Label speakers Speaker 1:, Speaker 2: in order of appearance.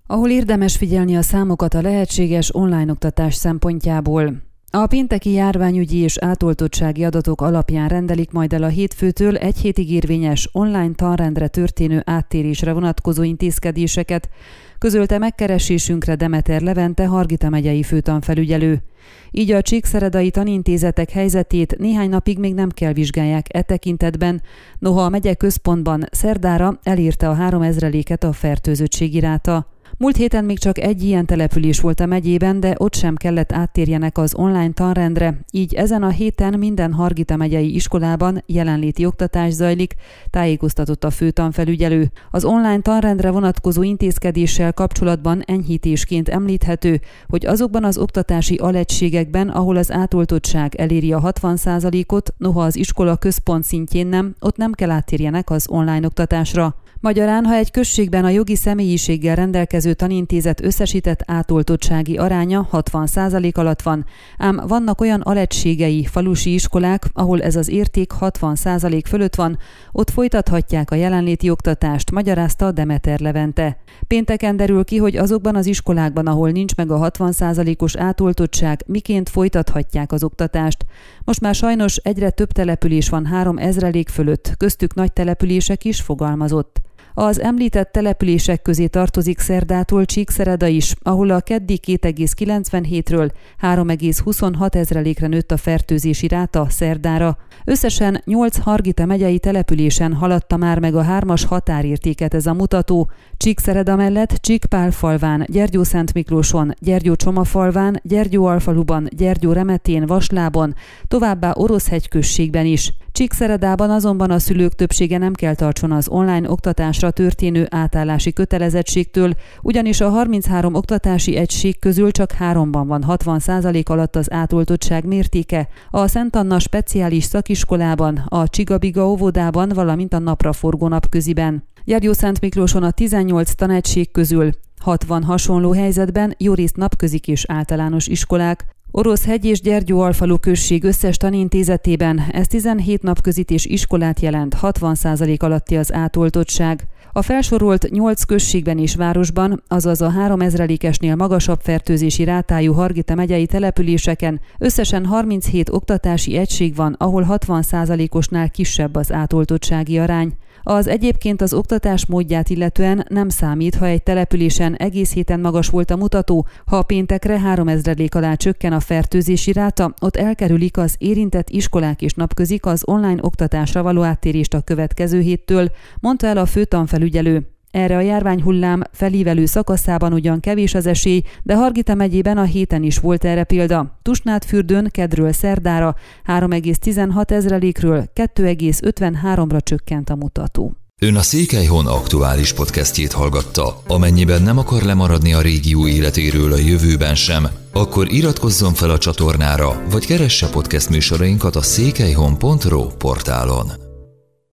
Speaker 1: ahol érdemes figyelni a számokat a lehetséges online oktatás szempontjából. A pénteki járványügyi és átoltottsági adatok alapján rendelik majd el a hétfőtől egy hétig érvényes online tanrendre történő áttérésre vonatkozó intézkedéseket, közölte megkeresésünkre Demeter Levente Hargita megyei főtanfelügyelő. Így a csíkszeredai tanintézetek helyzetét néhány napig még nem kell vizsgálják e tekintetben, noha a megye központban szerdára elérte a 3000-et a fertőzöttségi ráta. Múlt héten még csak egy ilyen település volt a megyében, de ott sem kellett áttérjenek az online tanrendre, így ezen a héten minden Hargita megyei iskolában jelenléti oktatás zajlik, tájékoztatott a főtanfelügyelő. Az online tanrendre vonatkozó intézkedéssel kapcsolatban enyhítésként említhető, hogy azokban az oktatási alegységekben, ahol az átoltottság eléri a 60%-ot, noha az iskola központ szintjén nem, ott nem kell áttérjenek az online oktatásra. Magyarán, ha egy községben a jogi személyiséggel rendelkező tanintézet összesített átoltottsági aránya 60% alatt van, ám vannak olyan alegységei, falusi iskolák, ahol ez az érték 60% fölött van, ott folytathatják a jelenléti oktatást, magyarázta Demeter Levente. Pénteken derül ki, hogy azokban az iskolákban, ahol nincs meg a 60%-os átoltottság, miként folytathatják az oktatást. Most már sajnos egyre több település van 3000 fölött, köztük nagy települések is, fogalmazott. Az említett települések közé tartozik szerdától Csíkszereda is, ahol a keddi 2,97-ről 3,26 ezrelékre nőtt a fertőzési ráta szerdára. Összesen 8 Hargita megyei településen haladta már meg a 3-as határértéket ez a mutató. Csíkszereda mellett Csíkpálfalván, Gyergyószentmiklóson, Gyergyócsomafalván, Gyergyóalfaluban, Gyergyóremetén, Vaslábon, továbbá Oroszhegy községben is. Csíkszeredában azonban a szülők többsége nem kell tartson az online oktatásra történő átállási kötelezettségtől, ugyanis a 33 oktatási egység közül csak 3-ban van 60% alatt az átoltottság mértéke, a Szent Anna speciális szakiskolában, a Csigabiga óvodában, valamint a Napraforgó napköziben. Gyergyószentmiklóson a 18 tanegység közül 60 hasonló helyzetben, jórészt napközik és általános iskolák. Oroszhegy és Gyergyóalfalu község összes tanintézetében ez 17 napközit és iskolát jelent, 60% alatti az átoltottság. A felsorolt 8 községben és városban, azaz a 3000-esnél magasabb fertőzési rátájú Hargita megyei településeken összesen 37 oktatási egység van, ahol 60%-osnál kisebb az átoltottsági arány. Az egyébként az oktatás módját illetően nem számít, ha egy településen egész héten magas volt a mutató, ha a péntekre 3000 alá csökken a fertőzési ráta, ott elkerülik az érintett iskolák és napközik az online oktatásra való áttérést a következő héttől, mondta el a főtanfelügyelő. Erre a járványhullám felívelő szakaszában ugyan kevés az esély, de Hargita megyében a héten is volt erre példa. Tusnádfürdőn kedről szerdára 3,16 ezrelékről 2,53-ra csökkent a mutató.
Speaker 2: Ön a Székelyhon aktuális podcastjét hallgatta. Amennyiben nem akar lemaradni a régió életéről a jövőben sem, akkor iratkozzon fel a csatornára, vagy keresse podcast műsorainkat a székelyhon.ro portálon.